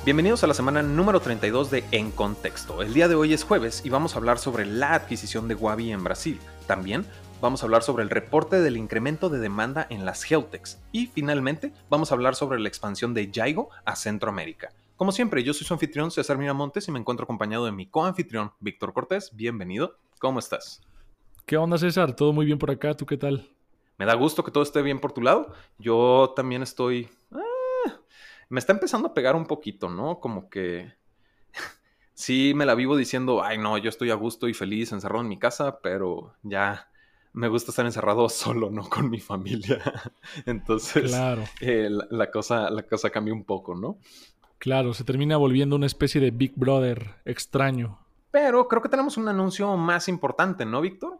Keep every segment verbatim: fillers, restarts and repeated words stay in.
Bienvenidos a la semana número treinta y dos de En Contexto. El día de hoy es jueves y vamos a hablar sobre la adquisición de Waabi en Brasil. También vamos a hablar sobre el reporte del incremento de demanda en las Healthtechs. Y finalmente vamos a hablar sobre la expansión de Yaigo a Centroamérica. Como siempre, yo soy su anfitrión César Miramontes y me encuentro acompañado de mi coanfitrión Víctor Cortés. Bienvenido. ¿Cómo estás? ¿Qué onda, César? ¿Todo muy bien por acá? ¿Tú qué tal? Me da gusto que todo esté bien por tu lado. Yo también estoy... Ah, me está empezando a pegar un poquito, ¿no? Como que... Sí, me la vivo diciendo, ay no, yo estoy a gusto y feliz encerrado en mi casa, pero ya me gusta estar encerrado solo, no con mi familia. Entonces, Claro, eh, la, la cosa, la cosa cambia un poco, ¿no? claro, se termina volviendo una especie de Big Brother extraño. Pero creo que tenemos un anuncio más importante, ¿no, Víctor?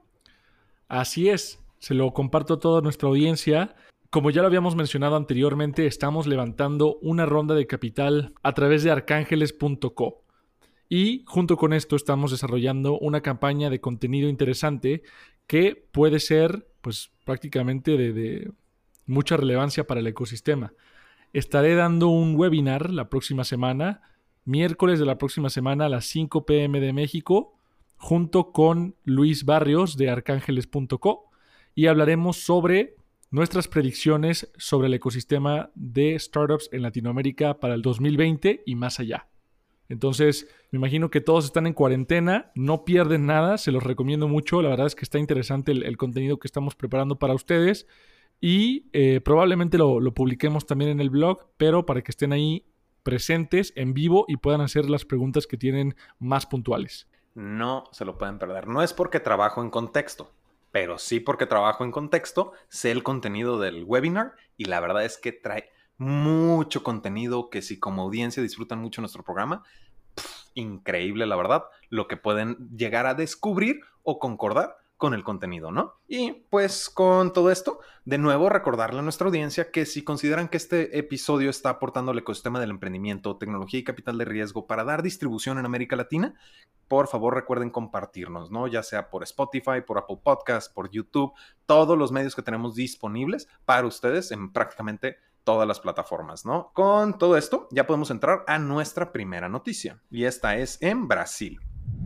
Así es, se lo comparto a toda nuestra audiencia. Como ya lo habíamos mencionado anteriormente, estamos levantando una ronda de capital a través de arcángeles punto co. Y junto con esto estamos desarrollando una campaña de contenido interesante que puede ser pues prácticamente de, de mucha relevancia para el ecosistema. Estaré dando un webinar la próxima semana, miércoles de la próxima semana a las cinco p.m. de México, junto con Luis Barrios de arcángeles punto co, y hablaremos sobre nuestras predicciones sobre el ecosistema de startups en Latinoamérica para el dos mil veinte y más allá. Entonces, me imagino que todos están en cuarentena, no pierden nada, se los recomiendo mucho. La verdad es que está interesante el, el contenido que estamos preparando para ustedes y eh, probablemente lo, lo publiquemos también en el blog, pero para que estén ahí presentes en vivo y puedan hacer las preguntas que tienen más puntuales. No se lo pueden perder. No es porque trabajo en Contexto, pero sí porque trabajo en Contexto, sé el contenido del webinar y la verdad es que trae mucho contenido que si como audiencia disfrutan mucho nuestro programa, pff, increíble la verdad, lo que pueden llegar a descubrir o concordar con el contenido, ¿no? Y pues con todo esto, de nuevo recordarle a nuestra audiencia que si consideran que este episodio está aportando al ecosistema del emprendimiento, tecnología y capital de riesgo para dar distribución en América Latina, por favor recuerden compartirnos, ¿no? Ya sea por Spotify, por Apple Podcasts, por YouTube, todos los medios que tenemos disponibles para ustedes en prácticamente todas las plataformas, ¿no? Con todo esto, ya podemos entrar a nuestra primera noticia, y esta es en Brasil.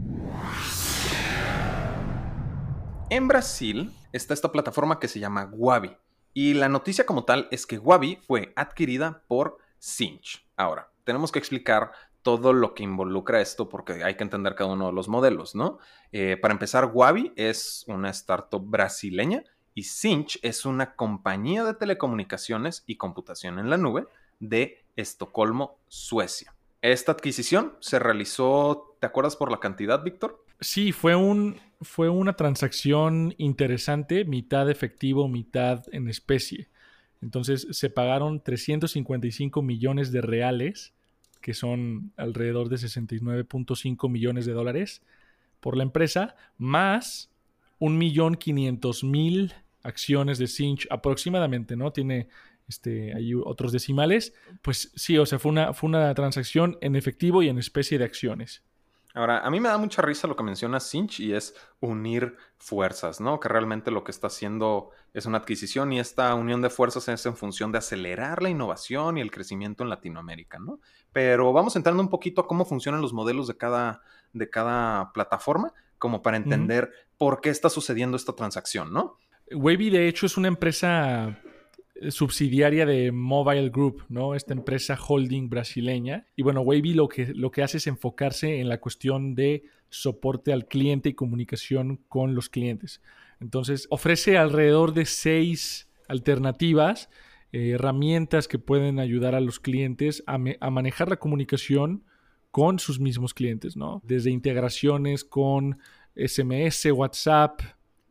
En Brasil está esta plataforma que se llama Waabi, y la noticia como tal es que Waabi fue adquirida por Sinch. Ahora, tenemos que explicar todo lo que involucra esto porque hay que entender cada uno de los modelos, ¿no? Eh, para empezar, Waabi es una startup brasileña y Sinch es una compañía de telecomunicaciones y computación en la nube de Estocolmo, Suecia. Esta adquisición se realizó, ¿te acuerdas por la cantidad, Víctor? Sí, fue, un, fue una transacción interesante, mitad efectivo, mitad en especie. Entonces se pagaron trescientos cincuenta y cinco millones de reales, que son alrededor de sesenta y nueve punto cinco millones de dólares por la empresa, más un millón quinientos mil acciones de Sinch aproximadamente, ¿no? Tiene este, hay otros decimales. Pues sí, o sea, fue una, fue una transacción en efectivo y en especie de acciones. Ahora, a mí me da mucha risa lo que menciona Sinch y es unir fuerzas, ¿no? Que realmente lo que está haciendo es una adquisición y esta unión de fuerzas es en función de acelerar la innovación y el crecimiento en Latinoamérica, ¿no? Pero vamos entrando un poquito a cómo funcionan los modelos de cada, de cada plataforma, como para entender uh-huh. por qué está sucediendo esta transacción, ¿no? Waabi, de hecho, es una empresa subsidiaria de Mobile Group, ¿no? Esta empresa holding brasileña. Y bueno, Waabi lo que, lo que hace es enfocarse en la cuestión de soporte al cliente y comunicación con los clientes. Entonces, ofrece alrededor de seis alternativas, eh, herramientas que pueden ayudar a los clientes a, me, a manejar la comunicación con sus mismos clientes, ¿no? Desde integraciones con S M S, WhatsApp,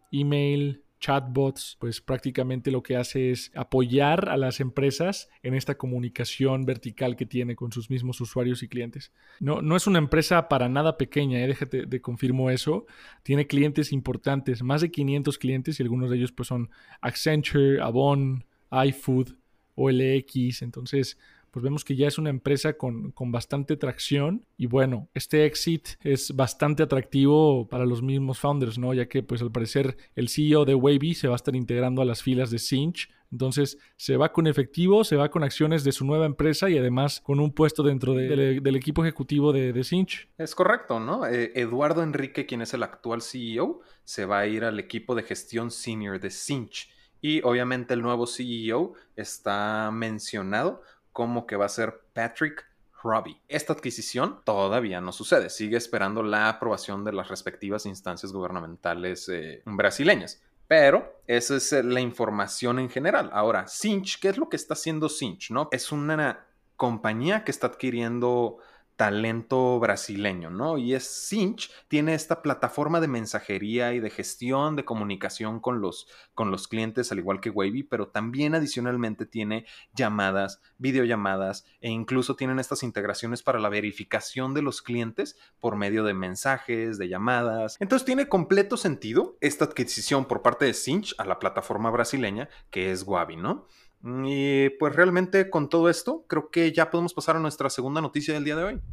email, chatbots, pues prácticamente lo que hace es apoyar a las empresas en esta comunicación vertical que tiene con sus mismos usuarios y clientes. No, no es una empresa para nada pequeña, ¿eh? Déjate de confirmo eso. Tiene clientes importantes, más de quinientos clientes y algunos de ellos pues son Accenture, Avon, iFood, O L X. Entonces, pues vemos que ya es una empresa con, con bastante tracción y bueno, este exit es bastante atractivo para los mismos founders, ¿no? Ya que pues al parecer el C E O de Waabi se va a estar integrando a las filas de Sinch, Entonces, se va con efectivo, se va con acciones de su nueva empresa y además con un puesto dentro de, de, del equipo ejecutivo de, de Cinch. Es correcto, ¿no? Eh, Eduardo Enrique, quien es el actual C E O, se va a ir al equipo de gestión senior de Cinch. Y obviamente el nuevo C E O está mencionado como que va a ser Patrick Robbie. Esta adquisición todavía no sucede, sigue esperando la aprobación de las respectivas instancias gubernamentales eh, brasileñas. Pero esa es la información en general. Ahora, Cinch, ¿qué es lo que está haciendo Cinch? ¿No? Es una compañía que está adquiriendo talento brasileño, ¿no? Y es Cinch, tiene esta plataforma de mensajería y de gestión de comunicación con los, con los clientes, al igual que Wavy, pero también adicionalmente tiene llamadas, videollamadas e incluso tienen estas integraciones para la verificación de los clientes por medio de mensajes, de llamadas. Entonces tiene completo sentido esta adquisición por parte de Cinch a la plataforma brasileña que es Wavy, ¿no? Y pues realmente con todo esto creo que ya podemos pasar a nuestra segunda noticia del día de hoy.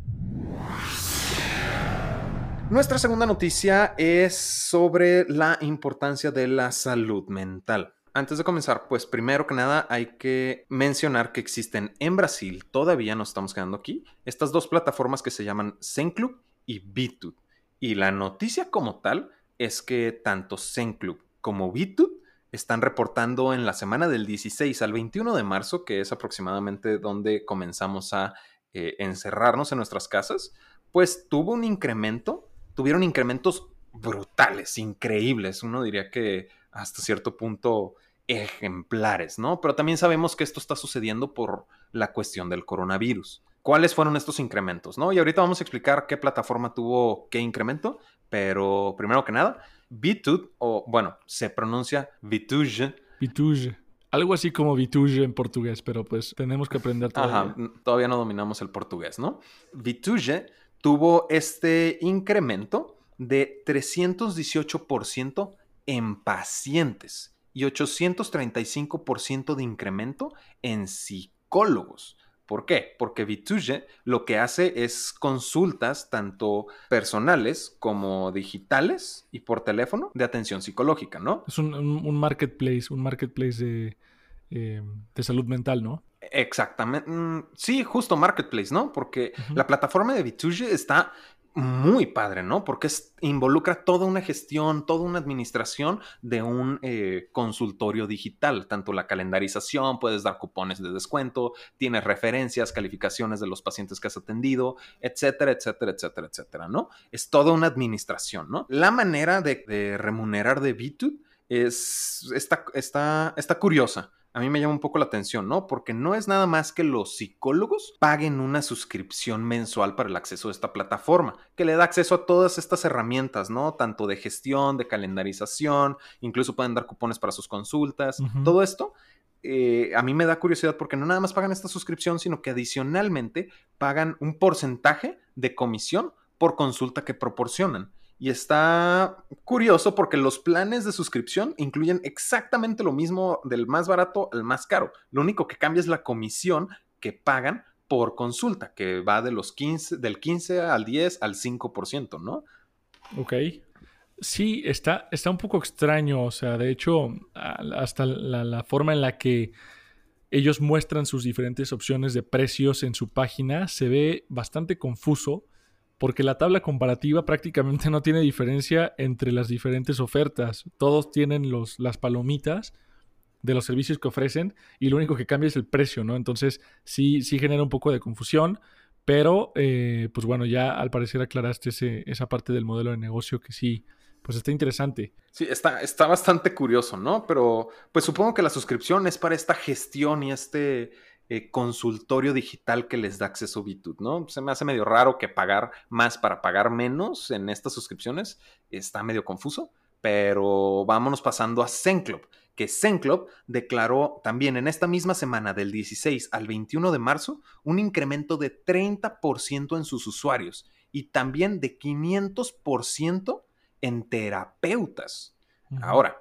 Nuestra segunda noticia es sobre la importancia de la salud mental. Antes de comenzar, pues primero que nada hay que mencionar que existen en Brasil, todavía nos estamos quedando aquí, estas dos plataformas que se llaman Zenclub y Bitud. Y la noticia como tal es que tanto Zenclub como Bitud están reportando en la semana del dieciséis al veintiuno de marzo, que es aproximadamente donde comenzamos a eh, encerrarnos en nuestras casas, pues tuvo un incremento, tuvieron incrementos brutales, increíbles. Uno diría que hasta cierto punto ejemplares, ¿no? Pero también sabemos que esto está sucediendo por la cuestión del coronavirus. ¿Cuáles fueron estos incrementos, no? Y ahorita vamos a explicar qué plataforma tuvo qué incremento, pero primero que nada, Bitud, o bueno, se pronuncia Bituge. Bituge. Algo así como Bituge en portugués, pero pues tenemos que aprender todavía. Ajá, todavía no dominamos el portugués, ¿no? Bituge tuvo este incremento de trescientos dieciocho por ciento en pacientes y ochocientos treinta y cinco por ciento de incremento en psicólogos. ¿Por qué? Porque Bituge lo que hace es consultas tanto personales como digitales y por teléfono de atención psicológica, ¿no? Es un, un, un marketplace, un marketplace de, eh, de salud mental, ¿no? Exactamente. Sí, justo Marketplace, ¿no? Porque uh-huh. la plataforma de Bituge está muy padre, ¿no? Porque es, involucra toda una gestión, toda una administración de un eh, consultorio digital. Tanto la calendarización, puedes dar cupones de descuento, tienes referencias, calificaciones de los pacientes que has atendido, etcétera, etcétera, etcétera, etcétera, ¿no? Es toda una administración, ¿no? La manera de, de remunerar de Bitud es, está, está, está curiosa. A mí me llama un poco la atención, ¿no? Porque no es nada más que los psicólogos paguen una suscripción mensual para el acceso a esta plataforma, que le da acceso a todas estas herramientas, ¿no? Tanto de gestión, de calendarización, incluso pueden dar cupones para sus consultas. Uh-huh. Todo esto eh, a mí me da curiosidad porque no nada más pagan esta suscripción, sino que adicionalmente pagan un porcentaje de comisión por consulta que proporcionan. Y está curioso porque los planes de suscripción incluyen exactamente lo mismo del más barato al más caro. Lo único que cambia es la comisión que pagan por consulta, que va de los quince, del quince al diez al cinco por ciento, ¿no? Ok. Sí, está, está un poco extraño. O sea, de hecho, hasta la, la forma en la que ellos muestran sus diferentes opciones de precios en su página se ve bastante confuso. Porque la tabla comparativa prácticamente no tiene diferencia entre las diferentes ofertas. Todos tienen los, las palomitas de los servicios que ofrecen y lo único que cambia es el precio, ¿no? Entonces sí, sí genera un poco de confusión, pero eh, pues bueno, ya al parecer aclaraste ese, esa parte del modelo de negocio que sí, pues está interesante. Sí, está, está bastante curioso, ¿no? Pero pues supongo que la suscripción es para esta gestión y este... Eh, consultorio digital que les da acceso a Bitud, ¿no? Se me hace medio raro que pagar más para pagar menos en estas suscripciones. Está medio confuso, pero vámonos pasando a Zenclub, que Zenclub declaró también en esta misma semana del dieciséis al veintiuno de marzo un incremento de treinta por ciento en sus usuarios y también de quinientos por ciento en terapeutas. Uh-huh. Ahora,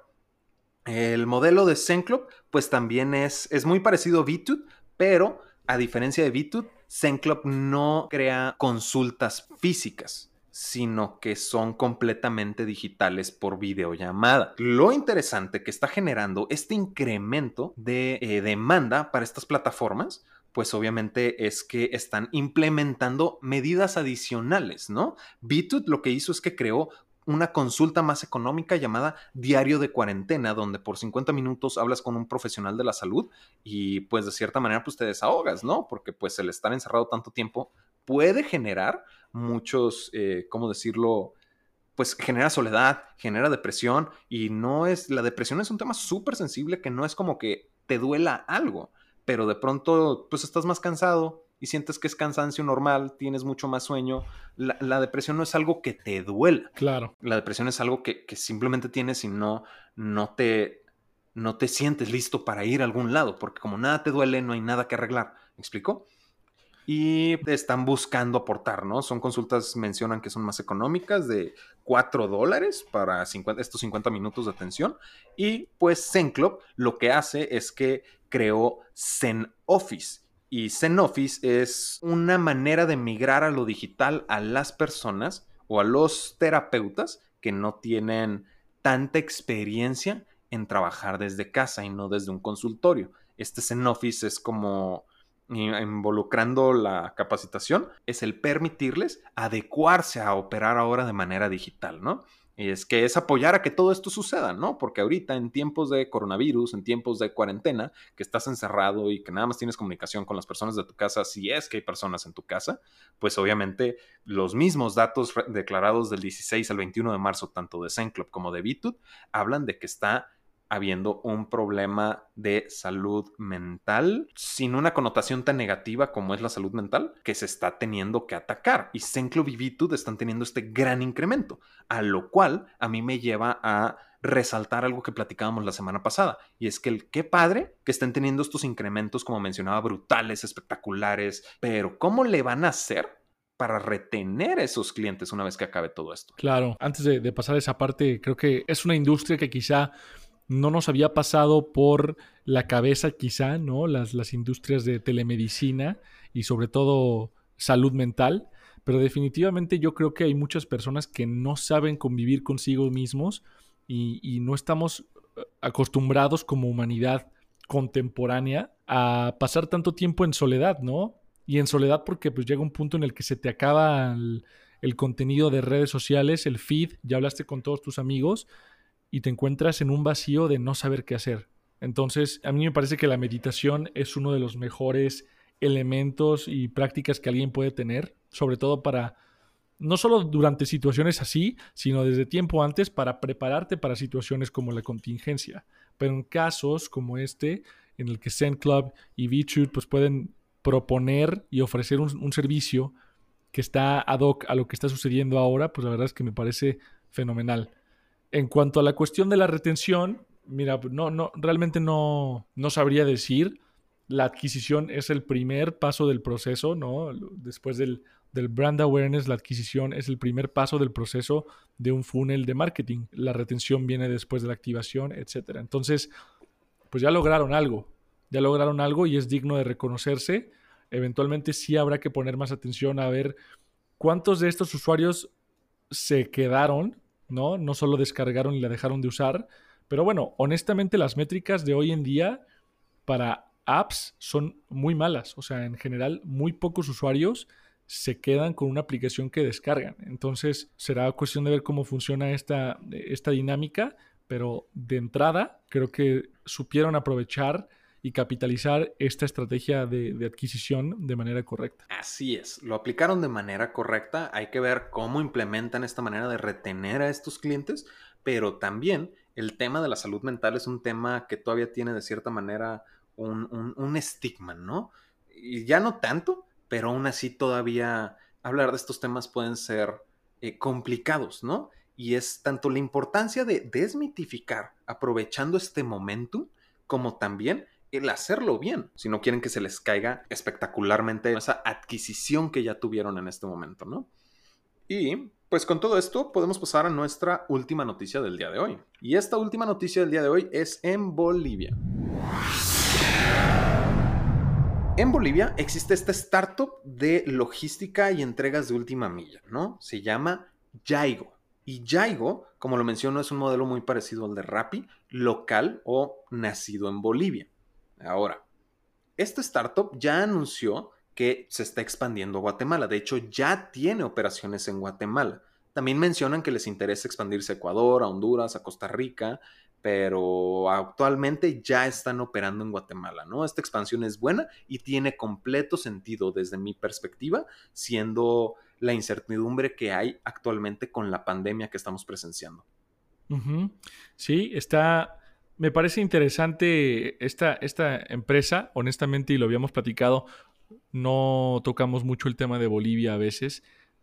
el modelo de Zenclub pues también es, es muy parecido a Bitud, pero a diferencia de Bitud, Zenclub no crea consultas físicas, sino que son completamente digitales por videollamada. Lo interesante que está generando este incremento de eh, demanda para estas plataformas, pues obviamente es que están implementando medidas adicionales, ¿no? Bitoot lo que hizo es que creó una consulta más económica llamada Diario de Cuarentena, donde por cincuenta minutos hablas con un profesional de la salud y pues de cierta manera pues te desahogas, ¿no? Porque pues el estar encerrado tanto tiempo puede generar muchos, eh, ¿cómo decirlo? Pues genera soledad, genera depresión y no es, la depresión es un tema súper sensible que no es como que te duela algo, pero de pronto pues estás más cansado y sientes que es cansancio normal, tienes mucho más sueño. La, la depresión no es algo que te duela. Claro. La depresión es algo que, que simplemente tienes y no, no, te, no te sientes listo para ir a algún lado, porque como nada te duele, no hay nada que arreglar. ¿Me explico? Y están buscando aportar, ¿no? Son consultas, mencionan que son más económicas, de cuatro dólares para cincuenta, estos cincuenta minutos de atención. Y pues Zenclop lo que hace es que creó Zen Office. Y Zen Office es una manera de migrar a lo digital a las personas o a los terapeutas que no tienen tanta experiencia en trabajar desde casa y no desde un consultorio. Este Zen Office es como involucrando la capacitación, es el permitirles adecuarse a operar ahora de manera digital, ¿no? Y es que es apoyar a que todo esto suceda, ¿no? Porque ahorita en tiempos de coronavirus, en tiempos de cuarentena, que estás encerrado y que nada más tienes comunicación con las personas de tu casa, si es que hay personas en tu casa, pues obviamente los mismos datos declarados del dieciséis al veintiuno de marzo, tanto de Zenclop como de Bitoot, hablan de que está habiendo un problema de salud mental sin una connotación tan negativa como es la salud mental que se está teniendo que atacar. Y Zenclop y Bitoot están teniendo este gran incremento, a lo cual a mí me lleva a resaltar algo que platicábamos la semana pasada, y es que el qué padre que estén teniendo estos incrementos, como mencionaba, brutales, espectaculares, pero ¿cómo le van a hacer para retener a esos clientes una vez que acabe todo esto? Claro, antes de, de pasar a esa parte, creo que es una industria que quizá no nos había pasado por la cabeza quizá, ¿no? Las, las industrias de telemedicina y sobre todo salud mental, pero definitivamente yo creo que hay muchas personas que no saben convivir consigo mismos y, y no estamos acostumbrados como humanidad contemporánea a pasar tanto tiempo en soledad, ¿no? Y en soledad porque pues llega un punto en el que se te acaba el, el contenido de redes sociales, el feed, ya hablaste con todos tus amigos y te encuentras en un vacío de no saber qué hacer. Entonces, a mí me parece que la meditación es uno de los mejores elementos y prácticas que alguien puede tener, sobre todo para, no solo durante situaciones así, sino desde tiempo antes para prepararte para situaciones como la contingencia. Pero en casos como este, en el que Zenclop y Bitoot pues pueden proponer y ofrecer un, un servicio que está ad hoc a lo que está sucediendo ahora, pues la verdad es que me parece fenomenal. En cuanto a la cuestión de la retención, mira, no, no, realmente no, no sabría decir. La adquisición es el primer paso del proceso, ¿no? Después del, del brand awareness, la adquisición es el primer paso del proceso de un funnel de marketing. La retención viene después de la activación, etcétera. Entonces, pues ya lograron algo. Ya lograron algo y es digno de reconocerse. Eventualmente sí habrá que poner más atención a ver cuántos de estos usuarios se quedaron, ¿no? No solo descargaron y la dejaron de usar. Pero bueno, honestamente las métricas de hoy en día para apps son muy malas. O sea, en general, muy pocos usuarios se quedan con una aplicación que descargan. Entonces, será cuestión de ver cómo funciona esta, esta dinámica. Pero de entrada, creo que supieron aprovechar y capitalizar esta estrategia de, de adquisición de manera correcta. Así es, lo aplicaron de manera correcta. Hay que ver cómo implementan esta manera de retener a estos clientes, pero también el tema de la salud mental es un tema que todavía tiene de cierta manera un, un, un estigma, ¿no? Y ya no tanto, pero aún así todavía hablar de estos temas pueden ser eh, complicados, ¿no? Y es tanto la importancia de desmitificar aprovechando este momento, como también el hacerlo bien, si no quieren que se les caiga espectacularmente esa adquisición que ya tuvieron en este momento, ¿no? Y pues con todo esto podemos pasar a nuestra última noticia del día de hoy. Y esta última noticia del día de hoy es en Bolivia. En Bolivia existe esta startup de logística y entregas de última milla, ¿no? Se llama Yaigo. Y Yaigo, como lo menciono, es un modelo muy parecido al de Rappi, local o nacido en Bolivia. Ahora, esta startup ya anunció que se está expandiendo a Guatemala. De hecho, ya tiene operaciones en Guatemala. También mencionan que les interesa expandirse a Ecuador, a Honduras, a Costa Rica, pero actualmente ya están operando en Guatemala, ¿no? Esta expansión es buena y tiene completo sentido desde mi perspectiva, siendo la incertidumbre que hay actualmente con la pandemia que estamos presenciando. Uh-huh. Sí, está... Me parece interesante esta, esta empresa, honestamente, y lo habíamos platicado, no tocamos mucho el tema de Bolivia a veces,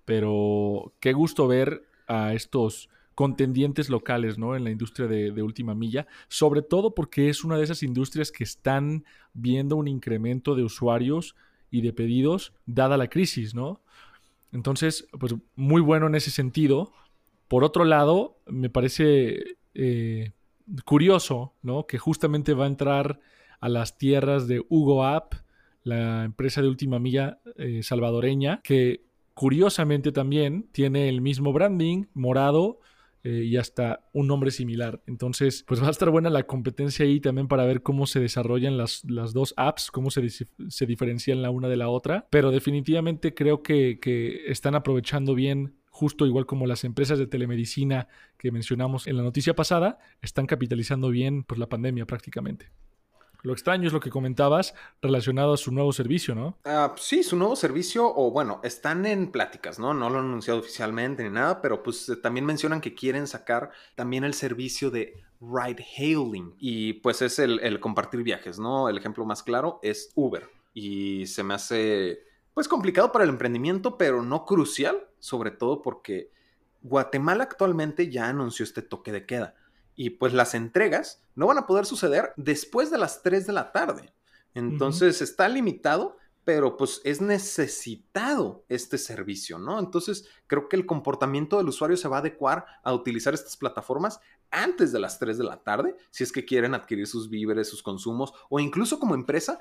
pero qué gusto ver a estos contendientes locales, ¿no? En la industria de, de última milla, sobre todo porque es una de esas industrias que están viendo un incremento de usuarios y de pedidos dada la crisis, ¿no? Entonces, pues muy bueno en ese sentido. Por otro lado, me parece eh, curioso, ¿no? Que justamente va a entrar a las tierras de Hugo App, la empresa de última milla eh, salvadoreña, que curiosamente también tiene el mismo branding, morado, eh, y hasta un nombre similar. Entonces, pues va a estar buena la competencia ahí también para ver cómo se desarrollan las, las dos apps, cómo se, se diferencian la una de la otra. Pero definitivamente creo que, que están aprovechando bien, justo igual como las empresas de telemedicina que mencionamos en la noticia pasada, están capitalizando bien pues, la pandemia prácticamente. Lo extraño es lo que comentabas relacionado a su nuevo servicio, ¿no? Uh, sí, su nuevo servicio, o bueno, están en pláticas, ¿no? No lo han anunciado oficialmente ni nada, pero pues eh, también mencionan que quieren sacar también el servicio de ride hailing. Y pues es el, el compartir viajes, ¿no? El ejemplo más claro es Uber. Y se me hace, pues, complicado para el emprendimiento, pero no crucial, sobre todo porque Guatemala actualmente ya anunció este toque de queda. Y pues las entregas no van a poder suceder después de las tres de la tarde. Entonces uh-huh. está limitado, pero pues es necesitado este servicio, ¿no? Entonces creo que el comportamiento del usuario se va a adecuar a utilizar estas plataformas antes de las tres de la tarde, si es que quieren adquirir sus víveres, sus consumos, o incluso como empresa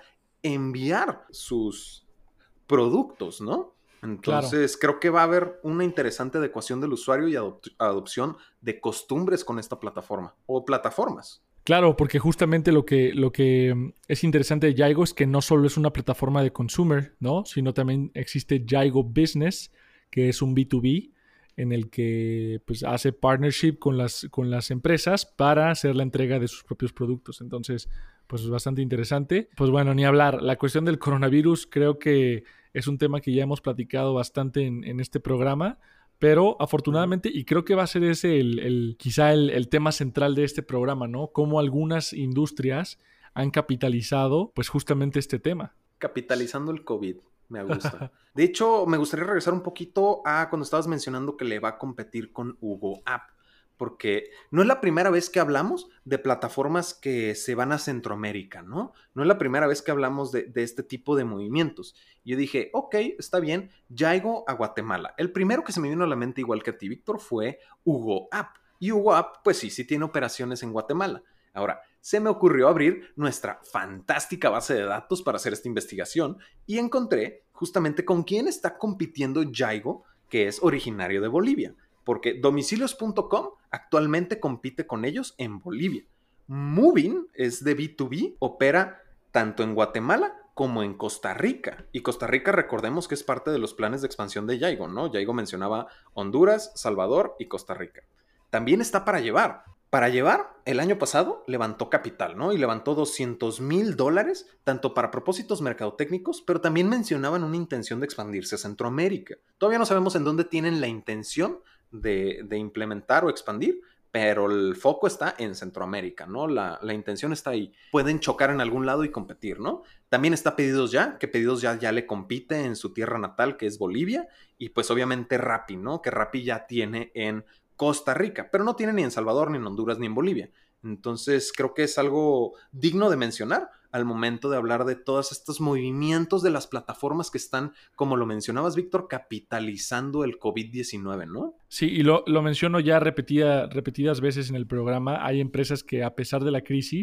enviar sus productos, ¿no? Entonces, claro. Creo que va a haber una interesante adecuación del usuario y adop- adopción de costumbres con esta plataforma o plataformas. Claro, porque justamente lo que, lo que es interesante de Yaigo es que no solo es una plataforma de consumer, ¿no? Sino también existe Yaigo Business, que es un B dos B, en el que pues, hace partnership con las, con las empresas para hacer la entrega de sus propios productos. Entonces, pues es bastante interesante. Pues bueno, ni hablar. La cuestión del coronavirus creo que es un tema que ya hemos platicado bastante en, en este programa, pero afortunadamente, y creo que va a ser ese el, el quizá el, el tema central de este programa, ¿no? Cómo algunas industrias han capitalizado pues justamente este tema. Capitalizando el COVID. Me gusta. De hecho, me gustaría regresar un poquito a cuando estabas mencionando que le va a competir con Hugo App, porque no es la primera vez que hablamos de plataformas que se van a Centroamérica, ¿no? No es la primera vez que hablamos de, de este tipo de movimientos. Yo dije, ok, está bien, Yaigo a Guatemala. El primero que se me vino a la mente, igual que a ti, Víctor, fue Hugo App. Y Hugo App, pues sí, sí tiene operaciones en Guatemala. Ahora, se me ocurrió abrir nuestra fantástica base de datos para hacer esta investigación y encontré justamente con quién está compitiendo Yaigo, que es originario de Bolivia, porque domicilios punto com actualmente compite con ellos en Bolivia. Moving es de B dos B, opera tanto en Guatemala como en Costa Rica. Y Costa Rica, recordemos que es parte de los planes de expansión de Yaigo, ¿no? Yaigo mencionaba Honduras, Salvador y Costa Rica. También está para llevar. Para llevar, el año pasado levantó capital, ¿no? Y levantó doscientos mil dólares, tanto para propósitos mercadotécnicos, pero también mencionaban una intención de expandirse a Centroamérica. Todavía no sabemos en dónde tienen la intención de, de implementar o expandir, pero el foco está en Centroamérica, ¿no? La, la intención está ahí. Pueden chocar en algún lado y competir, ¿no? También está Pedidos Ya, que Pedidos Ya ya le compite en su tierra natal, que es Bolivia, y pues obviamente Rappi, ¿no? Que Rappi ya tiene en Costa Rica, pero no tiene ni en Salvador, ni en Honduras, ni en Bolivia. Entonces creo que es algo digno de mencionar al momento de hablar de todos estos movimientos de las plataformas que están, como lo mencionabas, Víctor, capitalizando el COVID diecinueve, ¿no? Sí, y lo, lo menciono ya repetida, repetidas veces en el programa. Hay empresas que a pesar de la crisis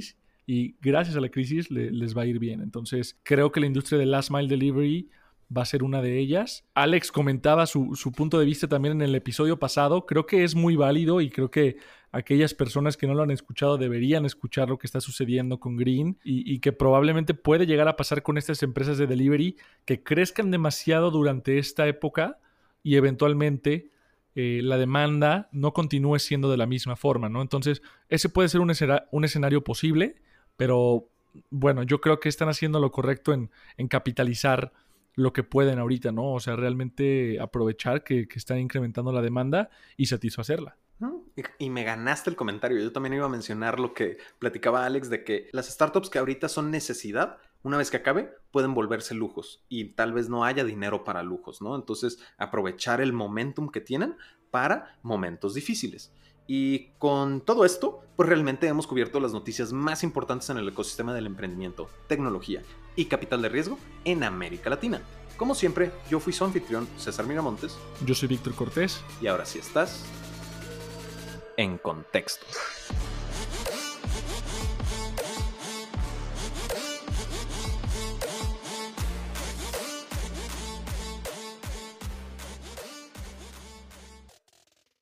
y gracias a la crisis le, les va a ir bien. Entonces creo que la industria de last mile delivery va a ser una de ellas. Alex comentaba su, su punto de vista también en el episodio pasado. Creo que es muy válido y creo que aquellas personas que no lo han escuchado deberían escuchar lo que está sucediendo con Green y, y que probablemente puede llegar a pasar con estas empresas de delivery que crezcan demasiado durante esta época y eventualmente eh, la demanda no continúe siendo de la misma forma, ¿no? Entonces, ese puede ser un, escena- un escenario posible, pero bueno, yo creo que están haciendo lo correcto en, en capitalizar lo que pueden ahorita, ¿no? O sea, realmente aprovechar que, que están incrementando la demanda y satisfacerla. Y, y me ganaste el comentario. Yo también iba a mencionar lo que platicaba Alex de que las startups que ahorita son necesidad, una vez que acabe, pueden volverse lujos y tal vez no haya dinero para lujos, ¿no? Entonces, aprovechar el momentum que tienen para momentos difíciles. Y con todo esto, pues realmente hemos cubierto las noticias más importantes en el ecosistema del emprendimiento, tecnología y capital de riesgo en América Latina. Como siempre, yo fui su anfitrión, César Miramontes. Yo soy Víctor Cortés. Y ahora sí estás en contexto.